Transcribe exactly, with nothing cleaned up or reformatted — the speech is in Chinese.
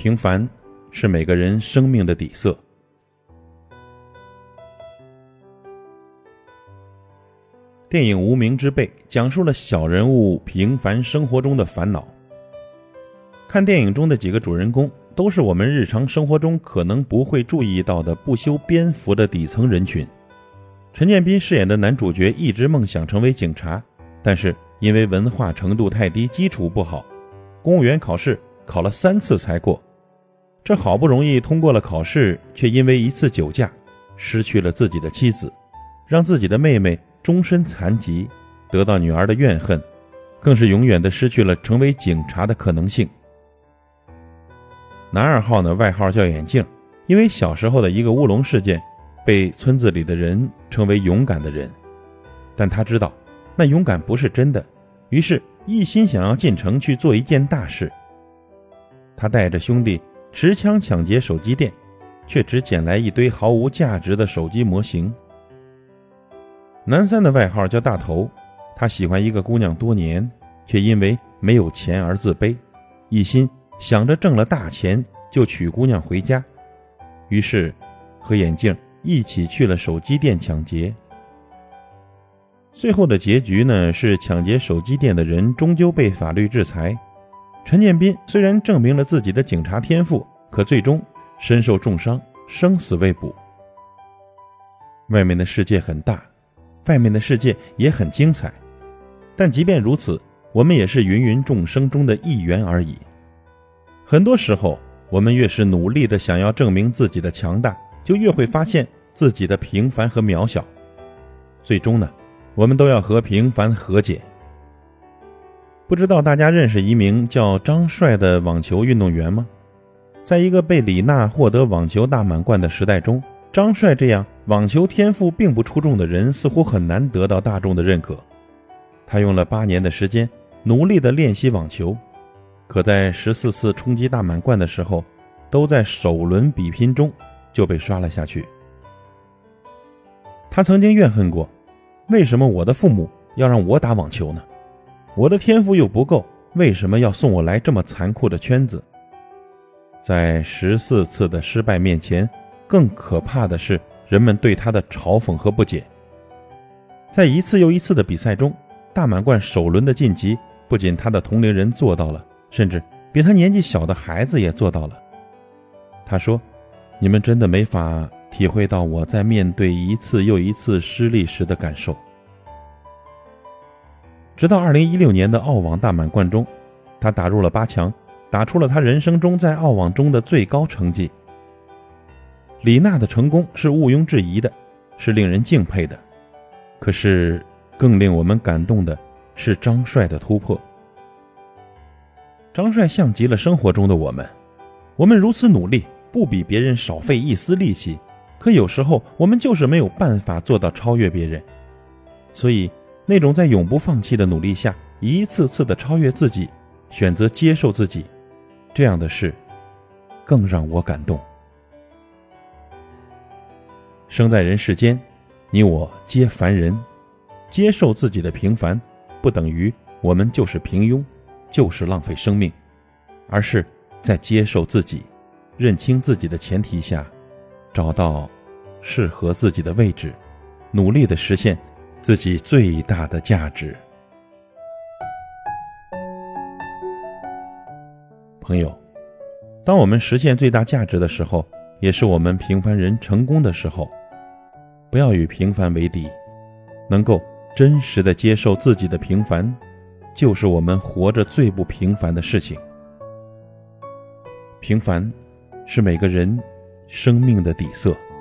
平凡是每个人生命的底色。电影《无名之辈》讲述了小人物平凡生活中的烦恼。看电影中的几个主人公，都是我们日常生活中可能不会注意到的不修边幅的底层人群。陈建斌饰演的男主角一直梦想成为警察，但是因为文化程度太低，基础不好，公务员考试考了三次才过。这好不容易通过了考试，却因为一次酒驾失去了自己的妻子，让自己的妹妹终身残疾，得到女儿的怨恨，更是永远的失去了成为警察的可能性。男二号呢，外号叫眼镜，因为小时候的一个乌龙事件，被村子里的人称为勇敢的人。但他知道那勇敢不是真的，于是一心想要进城去做一件大事。他带着兄弟持枪抢劫手机店，却只捡来一堆毫无价值的手机模型。男三的外号叫大头，他喜欢一个姑娘多年，却因为没有钱而自卑，一心想着挣了大钱就娶姑娘回家，于是和眼镜一起去了手机店抢劫。最后的结局呢，是抢劫手机店的人终究被法律制裁。陈建斌虽然证明了自己的警察天赋，可最终身受重伤，生死未卜。外面的世界很大，外面的世界也很精彩，但即便如此，我们也是芸芸众生中的一员而已。很多时候，我们越是努力地想要证明自己的强大，就越会发现自己的平凡和渺小。最终呢，我们都要和平凡和解。不知道大家认识一名叫张帅的网球运动员吗？在一个被李娜获得网球大满贯的时代中，张帅这样网球天赋并不出众的人似乎很难得到大众的认可。他用了八年的时间努力地练习网球，可在十四次冲击大满贯的时候，都在首轮比拼中就被刷了下去。他曾经怨恨过，为什么我的父母要让我打网球呢？我的天赋又不够，为什么要送我来这么残酷的圈子？在十四次的失败面前，更可怕的是人们对他的嘲讽和不解。在一次又一次的比赛中，大满贯首轮的晋级，不仅他的同龄人做到了，甚至比他年纪小的孩子也做到了。他说，你们真的没法体会到我在面对一次又一次失利时的感受。直到二零一六年的澳网大满贯中，他打入了八强，打出了他人生中在澳网中的最高成绩。李娜的成功是毋庸置疑的，是令人敬佩的，可是更令我们感动的是张帅的突破。张帅像极了生活中的我们，我们如此努力，不比别人少费一丝力气，可有时候我们就是没有办法做到超越别人。所以那种在永不放弃的努力下，一次次的超越自己，选择接受自己，这样的事更让我感动。生在人世间，你我皆凡人，接受自己的平凡，不等于我们就是平庸，就是浪费生命，而是在接受自己，认清自己的前提下，找到适合自己的位置，努力地实现自己最大的价值。朋友，当我们实现最大价值的时候，也是我们平凡人成功的时候。不要与平凡为敌，能够真实地接受自己的平凡，就是我们活着最不平凡的事情。平凡是每个人生命的底色。